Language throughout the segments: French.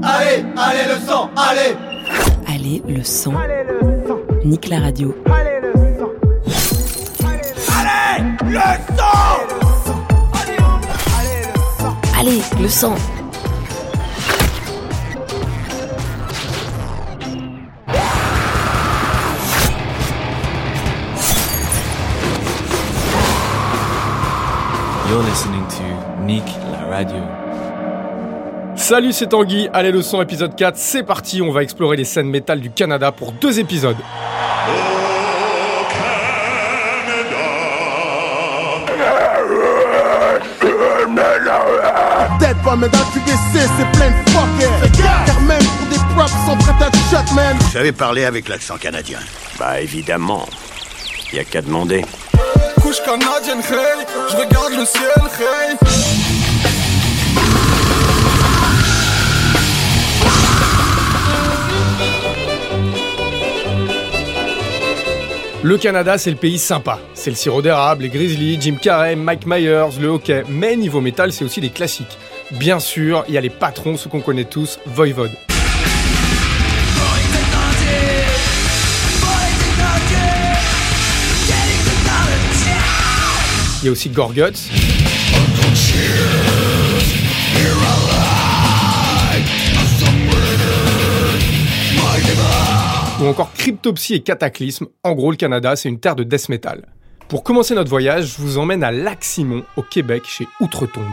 Allez, allez le sang, allez. Allez le sang. Nique la radio. Allez le sang. Allez le sang. Allez le sang. You're listening to Nique la radio. Salut, c'est Tanguy, allez le son épisode 4, c'est parti, on va explorer les scènes métal du Canada pour 2 épisodes. Tête pas, mais dans le QBC, c'est plein de fuckers. Car même pour des props, sont prêts à te shot, man. Vous savez parler avec l'accent canadien? Bah évidemment, y a qu'à demander. Couche canadienne, hey, je regarde le ciel, hey. Le Canada, c'est le pays sympa. C'est le sirop d'érable, les Grizzlies, Jim Carrey, Mike Myers, le hockey. Mais niveau métal, c'est aussi des classiques. Bien sûr, il y a les patrons, ceux qu'on connaît tous, Voivod. Il y a aussi Gorguts. Ou encore Cryptopsy et Cataclysme. En gros, le Canada, c'est une terre de death metal. Pour commencer notre voyage, je vous emmène à Lac-Simon, au Québec, chez Outre-Tombe.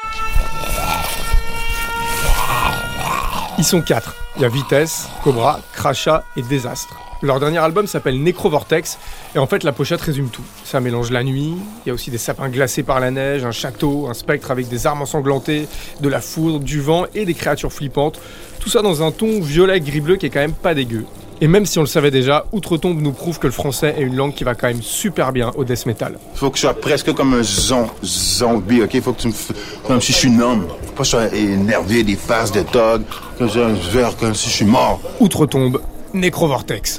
Ils sont 4. Il y a Vitesse, Cobra, Crachat et Désastre. Leur dernier album s'appelle Necrovortex, et en fait la pochette résume tout. Ça mélange la nuit, il y a aussi des sapins glacés par la neige, un château, un spectre avec des armes ensanglantées, de la foudre, du vent et des créatures flippantes. Tout ça dans un ton violet gris-bleu qui est quand même pas dégueu. Et même si on le savait déjà, Outre-Tombe nous prouve que le français est une langue qui va quand même super bien au death metal. Faut que je sois presque comme un zombie, ok? Faut que tu me comme si je suis un homme. Faut pas que je sois énervé, des faces de dog, que j'ai un verre comme si je suis mort. Outre-Tombe, Necrovortex.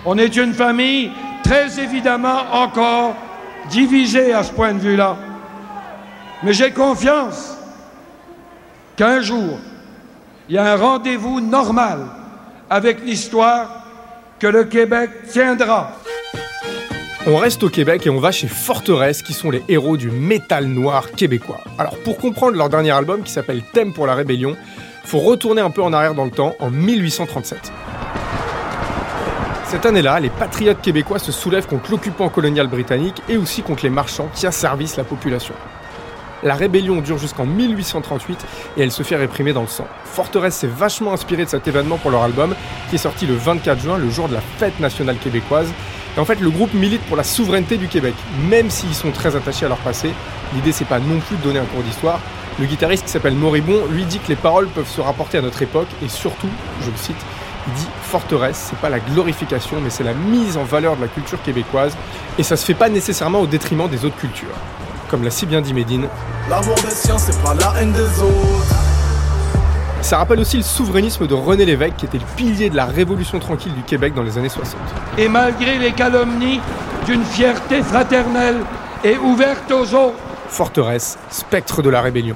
On est une famille très évidemment encore divisée à ce point de vue-là. Mais j'ai confiance qu'un jour, il y a un rendez-vous normal avec l'histoire que le Québec tiendra. On reste au Québec et on va chez Forteresse, qui sont les héros du métal noir québécois. Alors pour comprendre leur dernier album, qui s'appelle Thème pour la rébellion, faut retourner un peu en arrière dans le temps, en 1837. Cette année-là, les patriotes québécois se soulèvent contre l'occupant colonial britannique et aussi contre les marchands qui asservissent la population. La rébellion dure jusqu'en 1838 et elle se fait réprimer dans le sang. Forteresse s'est vachement inspiré de cet événement pour leur album, qui est sorti le 24 juin, le jour de la fête nationale québécoise. Et en fait, le groupe milite pour la souveraineté du Québec, même s'ils sont très attachés à leur passé. L'idée, c'est pas non plus de donner un cours d'histoire. Le guitariste qui s'appelle Moribond, lui dit que les paroles peuvent se rapporter à notre époque et surtout, je le cite, il dit « Forteresse, c'est pas la glorification, mais c'est la mise en valeur de la culture québécoise et ça se fait pas nécessairement au détriment des autres cultures. » Comme l'a si bien dit Médine. L'amour des siens, c'est pas la haine des autres. Ça rappelle aussi le souverainisme de René Lévesque, qui était le pilier de la révolution tranquille du Québec dans les années 60. Et malgré les calomnies d'une fierté fraternelle et ouverte aux autres. Forteresse, spectre de la rébellion.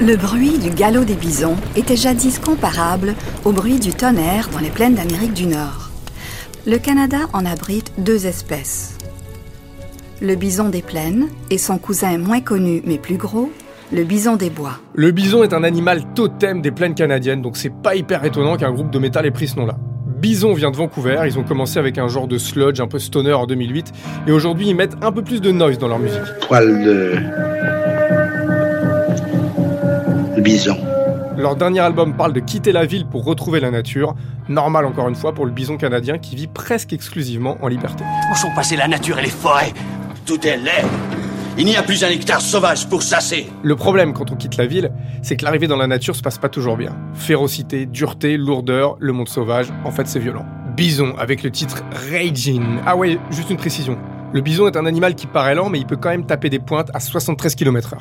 Le bruit du galop des bisons était jadis comparable au bruit du tonnerre dans les plaines d'Amérique du Nord. Le Canada en abrite 2 espèces. Le bison des plaines et son cousin moins connu mais plus gros, le bison des bois. Le bison est un animal totem des plaines canadiennes, donc c'est pas hyper étonnant qu'un groupe de métal ait pris ce nom-là. Bison vient de Vancouver, ils ont commencé avec un genre de sludge un peu stoner en 2008, et aujourd'hui ils mettent un peu plus de noise dans leur musique. Poil de bison. Leur dernier album parle de quitter la ville pour retrouver la nature, normal encore une fois pour le bison canadien qui vit presque exclusivement en liberté. Où sont passées la nature et les forêts? Tout est laid. Il n'y a plus un hectare sauvage pour chasser. Le problème quand on quitte la ville, c'est que l'arrivée dans la nature se passe pas toujours bien. Férocité, dureté, lourdeur, le monde sauvage, en fait c'est violent. Bison avec le titre Raging. Ah ouais, juste une précision. Le bison est un animal qui paraît lent mais il peut quand même taper des pointes à 73 km/h.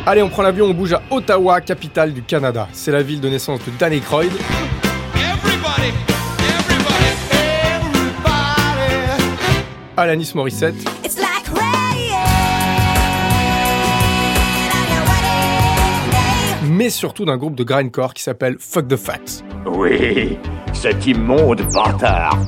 Allez, on prend l'avion, on bouge à Ottawa, capitale du Canada. C'est la ville de naissance de Dan Aykroyd. Alanis Morissette. Mais surtout d'un groupe de grindcore qui s'appelle Fuck the Facts. Oui, cet immonde bâtard.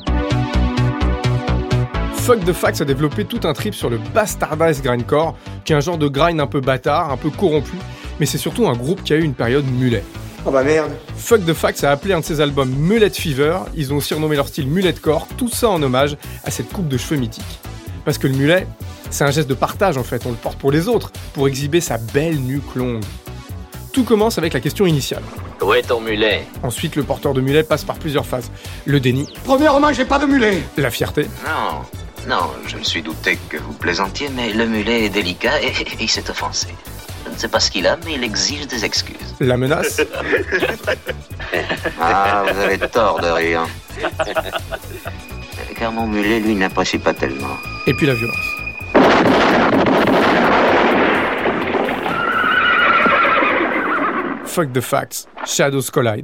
Fuck the Facts a développé tout un trip sur le bastardized grindcore, qui est un genre de grind un peu bâtard, un peu corrompu, mais c'est surtout un groupe qui a eu une période mulet. Oh bah merde. Fuck the Facts a appelé un de ses albums Mullet Fever, ils ont aussi renommé leur style Mulletcore, tout ça en hommage à cette coupe de cheveux mythique. Parce que le mulet, c'est un geste de partage en fait, on le porte pour les autres, pour exhiber sa belle nuque longue. Tout commence avec la question initiale. Où est ton mulet ? Ensuite, le porteur de mulet passe par plusieurs phases. Le déni. Premièrement, j'ai pas de mulet. La fierté. Non, je me suis douté que vous plaisantiez, mais le mulet est délicat et il s'est offensé. Je ne sais pas ce qu'il a, mais il exige des excuses. La menace. Ah, vous avez tort de rire. Car mon mulet, lui, n'apprécie pas tellement. Et puis la violence. Fuck the Facts, Shadows Collide.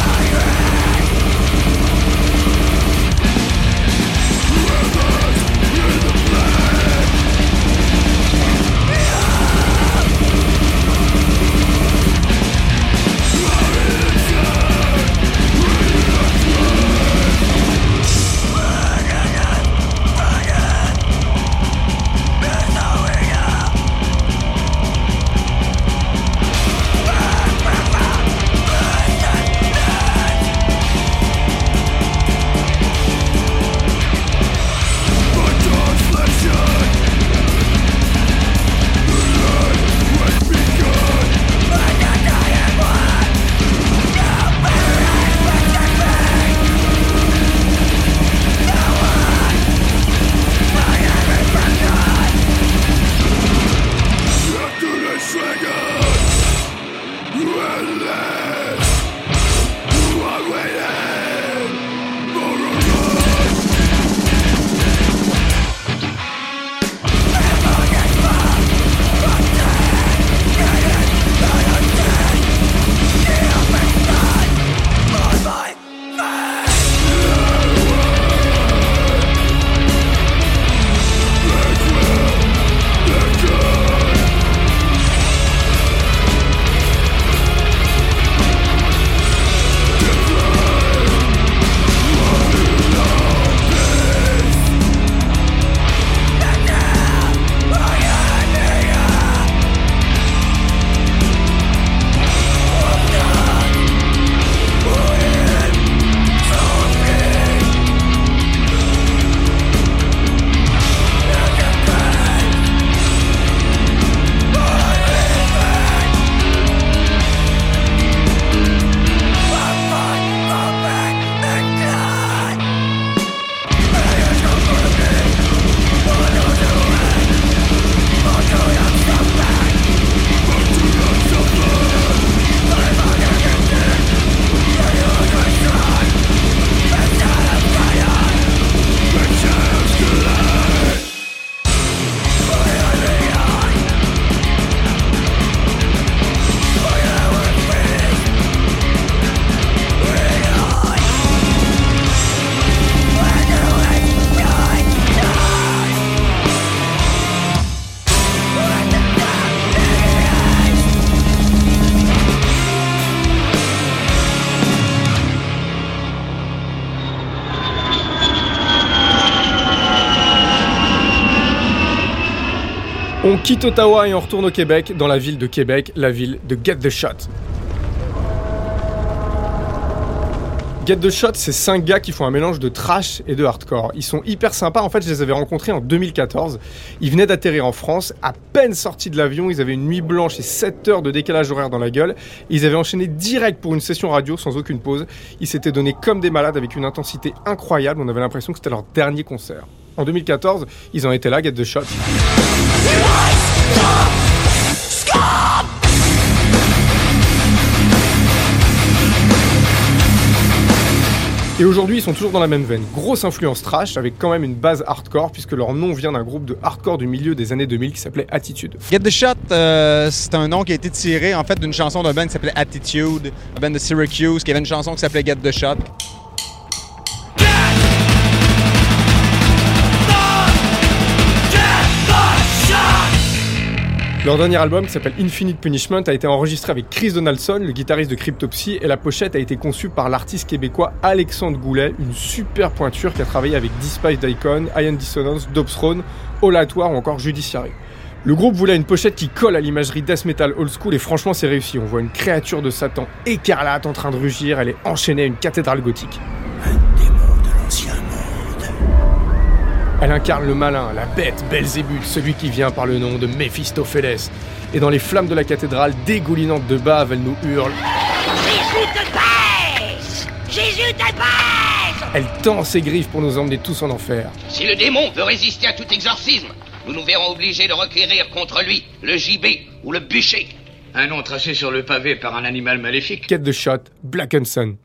On quitte Ottawa et on retourne au Québec, dans la ville de Québec, la ville de Get the Shot. Get the Shot, c'est 5 gars qui font un mélange de trash et de hardcore. Ils sont hyper sympas, en fait je les avais rencontrés en 2014. Ils venaient d'atterrir en France, à peine sortis de l'avion, ils avaient une nuit blanche et 7 heures de décalage horaire dans la gueule. Et ils avaient enchaîné direct pour une session radio sans aucune pause. Ils s'étaient donnés comme des malades avec une intensité incroyable, on avait l'impression que c'était leur dernier concert. En 2014, ils en étaient là, Get the Shot. Et aujourd'hui, ils sont toujours dans la même veine. Grosse influence thrash, avec quand même une base hardcore, puisque leur nom vient d'un groupe de hardcore du milieu des années 2000 qui s'appelait Attitude. Get the Shot, c'est un nom qui a été tiré en fait d'une chanson d'un band qui s'appelait Attitude, un band de Syracuse, qui avait une chanson qui s'appelait Get the Shot. Leur dernier album, qui s'appelle Infinite Punishment, a été enregistré avec Chris Donaldson, le guitariste de Cryptopsy, et la pochette a été conçue par l'artiste québécois Alexandre Goulet, une super pointure qui a travaillé avec Despised Icon, Iron Dissonance, Dobsthrone, All Out War ou encore Judiciary. Le groupe voulait une pochette qui colle à l'imagerie death metal old school et franchement c'est réussi. On voit une créature de Satan écarlate en train de rugir, elle est enchaînée à une cathédrale gothique. Elle incarne le malin, la bête, Belzébuth, celui qui vient par le nom de Méphistophélès. Et dans les flammes de la cathédrale, dégoulinante de bave, elle nous hurle « Jésus te baise ! Jésus te baise !» Elle tend ses griffes pour nous emmener tous en enfer. Si le démon veut résister à tout exorcisme, nous nous verrons obligés de requérir contre lui le gibet ou le bûcher. Un nom tracé sur le pavé par un animal maléfique. Get the Shot, Black and Sun.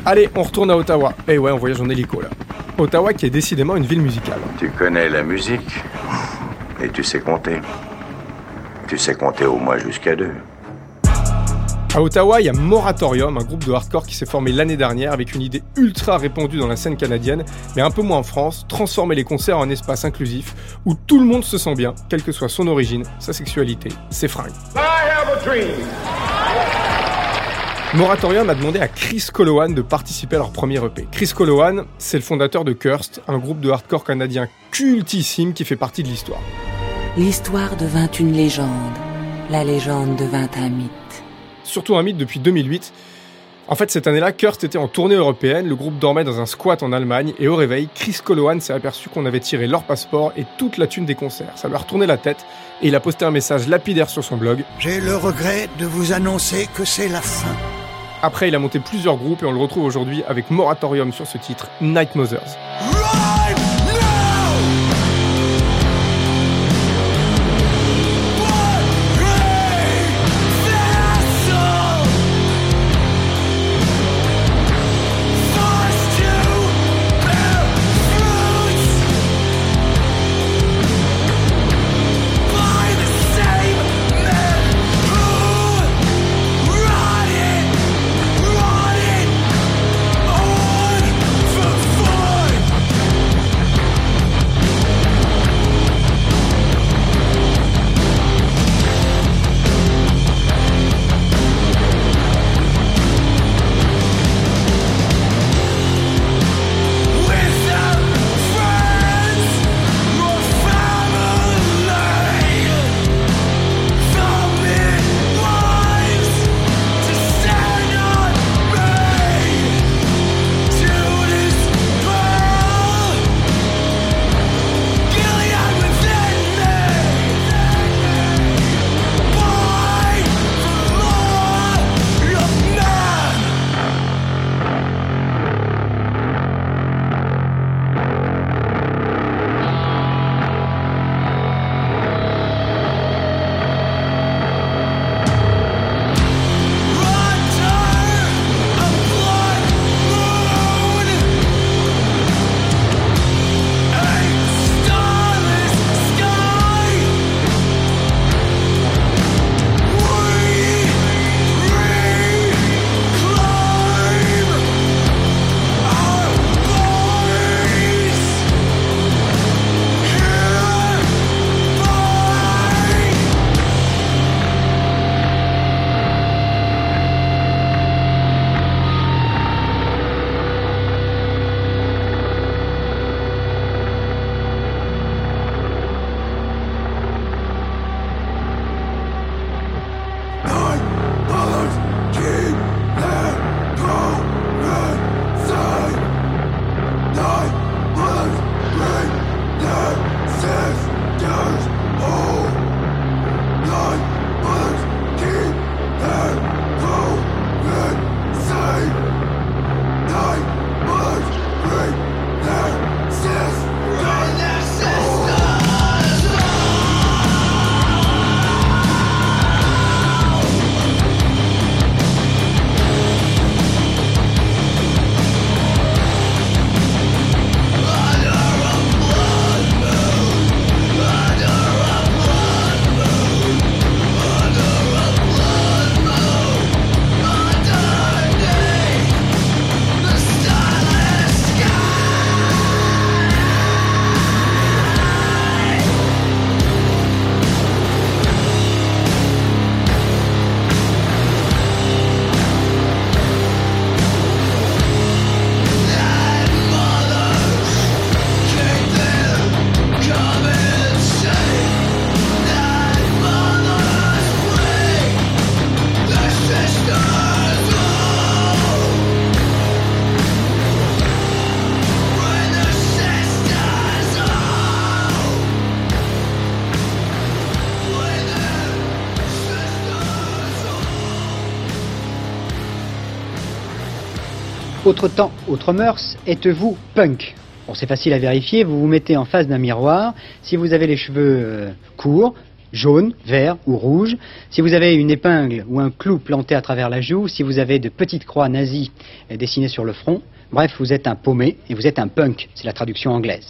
Allez, on retourne à Ottawa. Eh ouais, on voyage en hélico là. Ottawa qui est décidément une ville musicale. Tu connais la musique et tu sais compter. Tu sais compter au moins jusqu'à 2. À Ottawa, il y a Moratorium, un groupe de hardcore qui s'est formé l'année dernière avec une idée ultra répandue dans la scène canadienne, mais un peu moins en France, transformer les concerts en un espace inclusif où tout le monde se sent bien, quelle que soit son origine, sa sexualité, ses fringues. I have a dream. Moratorium a demandé à Chris Colohan de participer à leur premier EP. Chris Colohan, c'est le fondateur de Cursed, un groupe de hardcore canadien cultissime qui fait partie de l'histoire. L'histoire devint une légende. La légende devint un mythe. Surtout un mythe depuis 2008. En fait, cette année-là, Cursed était en tournée européenne, le groupe dormait dans un squat en Allemagne, et au réveil, Chris Colohan s'est aperçu qu'on avait tiré leur passeport et toute la thune des concerts. Ça lui a retourné la tête, et il a posté un message lapidaire sur son blog. « J'ai le regret de vous annoncer que c'est la fin. » Après, il a monté plusieurs groupes, et on le retrouve aujourd'hui avec Moratorium sur ce titre, Night Mothers. Autre temps, autre mœurs, êtes-vous punk? Bon, c'est facile à vérifier, vous vous mettez en face d'un miroir, si vous avez les cheveux courts, jaune, vert ou rouge, si vous avez une épingle ou un clou planté à travers la joue, si vous avez de petites croix nazies dessinées sur le front, bref, vous êtes un paumé et vous êtes un punk, c'est la traduction anglaise.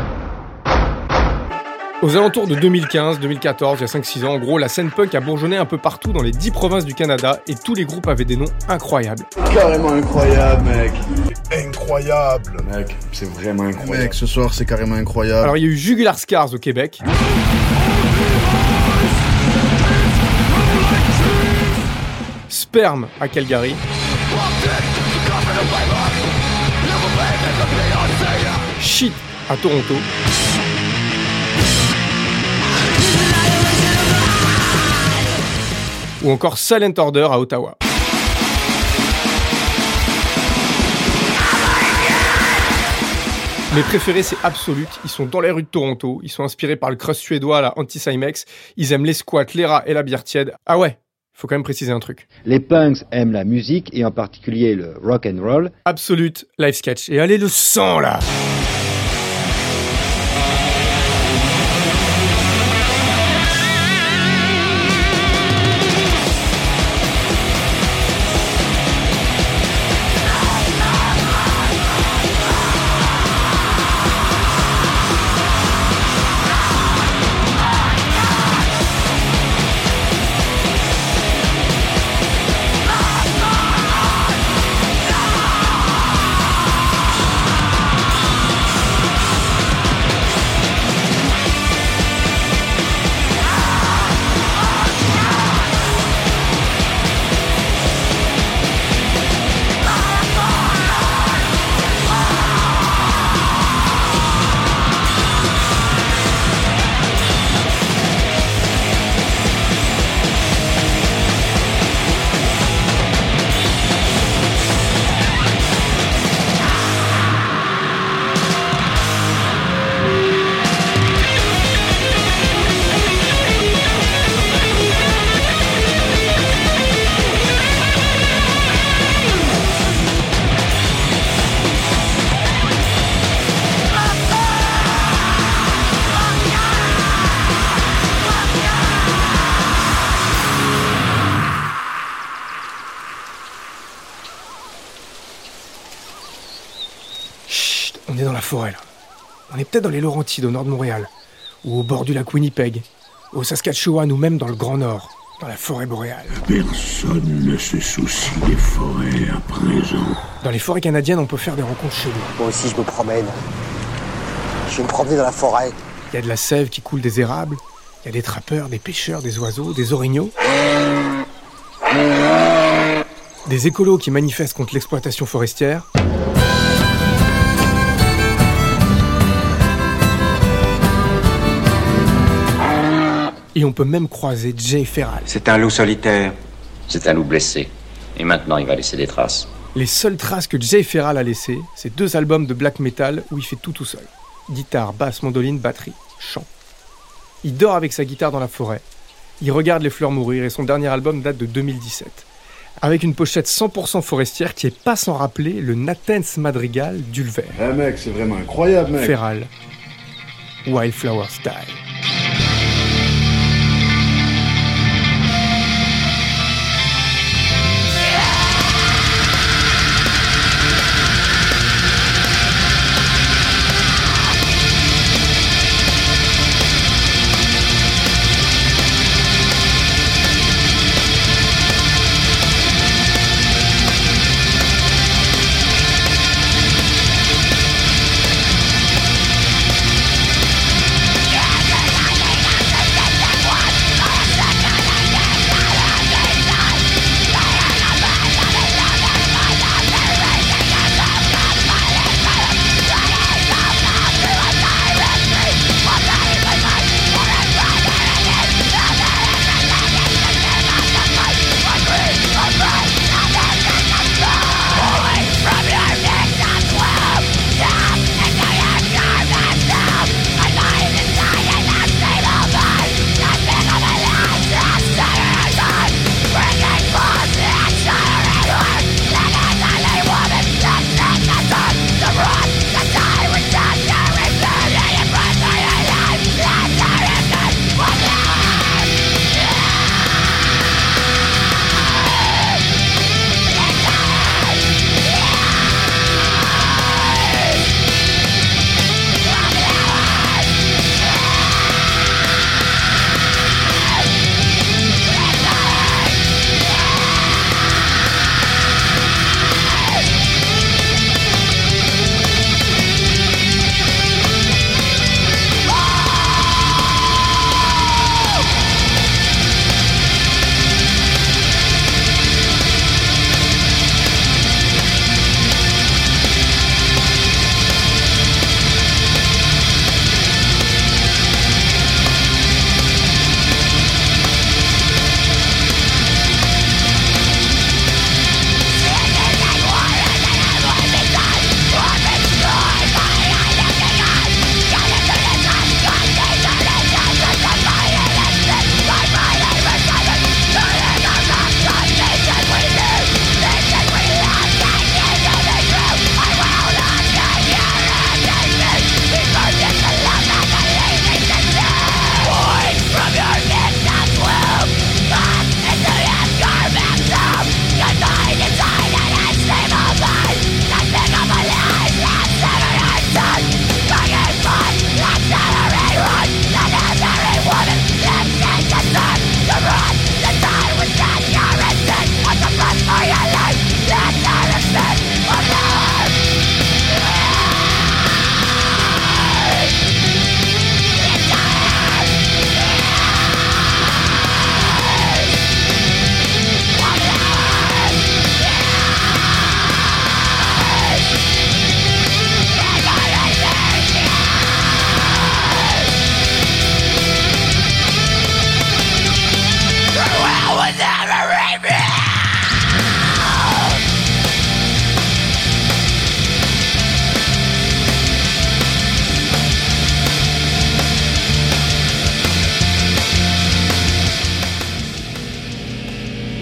Aux alentours de 2015-2014, il y a 5-6 ans, en gros, la scène punk a bourgeonné un peu partout dans les 10 provinces du Canada et tous les groupes avaient des noms incroyables. Carrément incroyable, mec. Incroyable. Mec, c'est vraiment incroyable. Mec, ce soir, c'est carrément incroyable. Alors, il y a eu Jugular Scars au Québec. Sperme à Calgary. Shit à Toronto. Ou encore Silent Order à Ottawa. Mes préférés, c'est Absolute. Ils sont dans les rues de Toronto. Ils sont inspirés par le crust suédois, la Anti-Cymex. Ils aiment les squats, les rats et la bière tiède. Ah ouais, faut quand même préciser un truc. Les punks aiment la musique et en particulier le rock and roll. Absolute, live sketch. Et allez, le sang là! On est dans la forêt, là. On est peut-être dans les Laurentides, au nord de Montréal, ou au bord du lac Winnipeg, au Saskatchewan, ou même dans le Grand Nord, dans la forêt boréale. Personne ne se soucie des forêts à présent. Dans les forêts canadiennes, on peut faire des rencontres cheloues. Moi aussi, je me promène. Je vais me promener dans la forêt. Il y a de la sève qui coule des érables, il y a des trappeurs, des pêcheurs, des oiseaux, des orignaux. Des écolos qui manifestent contre l'exploitation forestière. Et on peut même croiser Jay Ferral. C'est un loup solitaire. C'est un loup blessé. Et maintenant, il va laisser des traces. Les seules traces que Jay Ferral a laissées, c'est 2 albums de black metal où il fait tout seul. Guitare, basse, mandoline, batterie, chant. Il dort avec sa guitare dans la forêt. Il regarde les fleurs mourir et son dernier album date de 2017. Avec une pochette 100% forestière qui est pas sans rappeler le Nathans Madrigal d'Ulver. Eh mec, c'est vraiment incroyable, mec. Ferral. Wildflower Style. Yeah!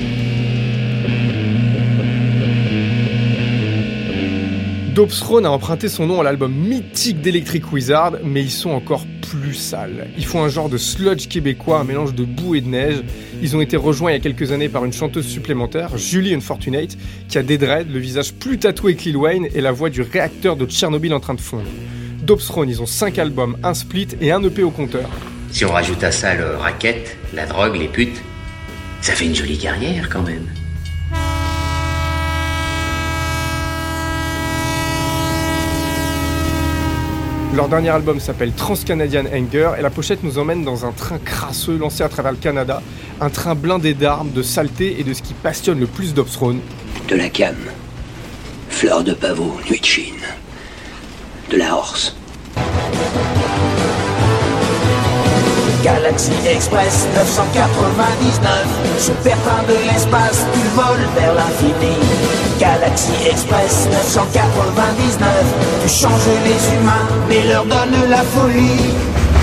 Dope Throne a emprunté son nom à l'album mythique d'Electric Wizard, mais ils sont encore plus sales. Ils font un genre de sludge québécois, un mélange de boue et de neige. Ils ont été rejoints il y a quelques années par une chanteuse supplémentaire, Julie Unfortunate, qui a des dreads, le visage plus tatoué que Lil Wayne et la voix du réacteur de Tchernobyl en train de fondre. Dope Throne, ils ont 5 albums, un split et un EP au compteur. Si on rajoute à ça le racket, la drogue, les putes, ça fait une jolie carrière quand même. Leur dernier album s'appelle Trans-Canadian Anger et la pochette nous emmène dans un train crasseux lancé à travers le Canada, un train blindé d'armes, de saleté et de ce qui passionne le plus Dope Throne. De la cam, fleur de pavot, nuit de Chine, de la horse. Galaxy Express 999, super train de l'espace, tu voles vers l'infini. Galaxy Express 999, tu changes les humains, mais leur donnes la folie.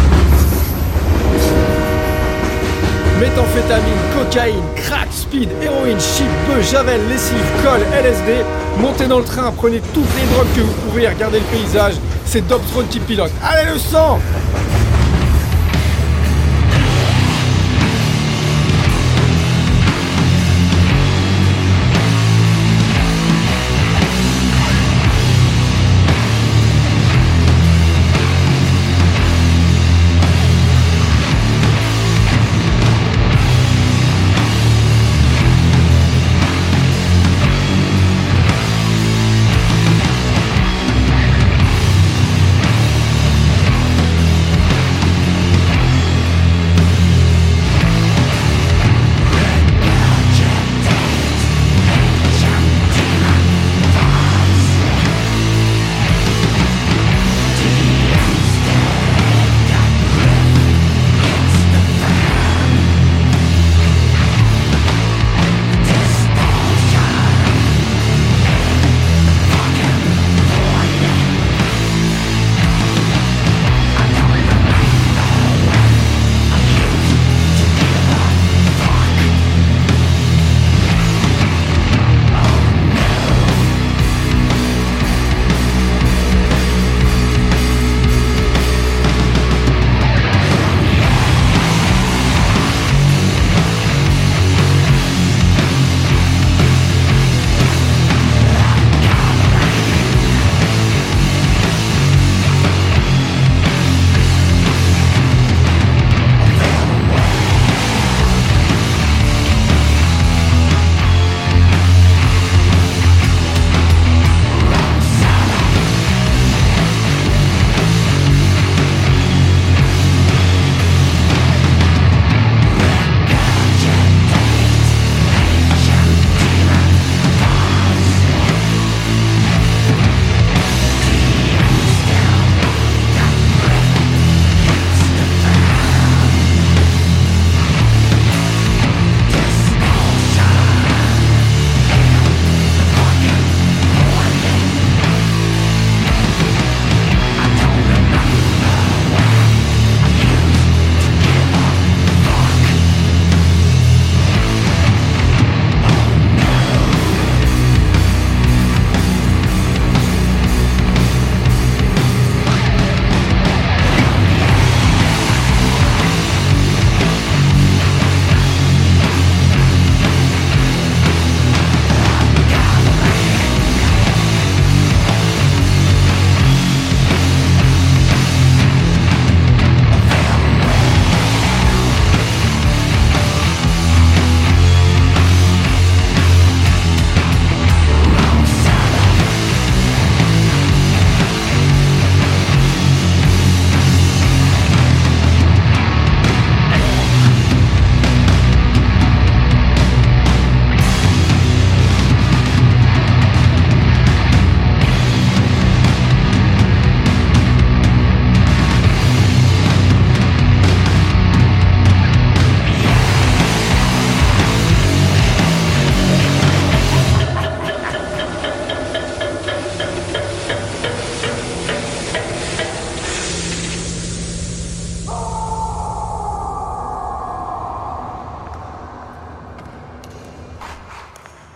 Méthamphétamine, cocaïne, crack, speed, héroïne, shit, bœuf, javel, lessive, colle, LSD. Montez dans le train, prenez toutes les drogues que vous pouvez, regardez le paysage. C'est Dope Throne qui pilote. Allez le sang!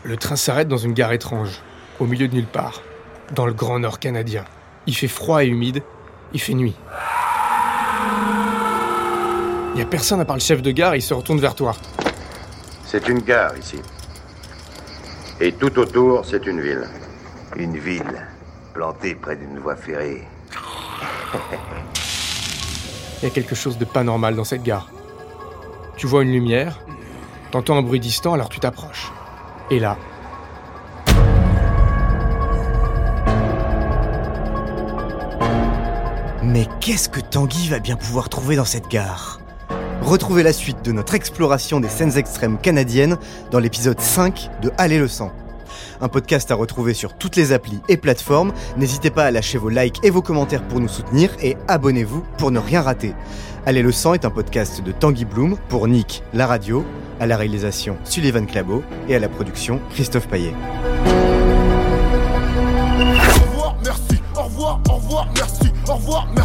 Le train s'arrête dans une gare étrange, au milieu de nulle part, dans le Grand Nord canadien. Il fait froid et humide, il fait nuit. Il n'y a personne à part le chef de gare et il se retourne vers toi. C'est une gare ici. Et tout autour, c'est une ville. Une ville plantée près d'une voie ferrée. Il y a quelque chose de pas normal dans cette gare. Tu vois une lumière, t'entends un bruit distant, alors tu t'approches. Et là... Mais qu'est-ce que Tanguy va bien pouvoir trouver dans cette gare ? Retrouvez la suite de notre exploration des scènes extrêmes canadiennes dans l'épisode 5 de Allez le sang. Un podcast à retrouver sur toutes les applis et plateformes. N'hésitez pas à lâcher vos likes et vos commentaires pour nous soutenir et abonnez-vous pour ne rien rater. Allez le sang est un podcast de Tanguy Bloom pour Nick, la radio, à la réalisation Sullivan Clabot et à la production Christophe Paillet. Au revoir, merci, au revoir, merci, au revoir, merci.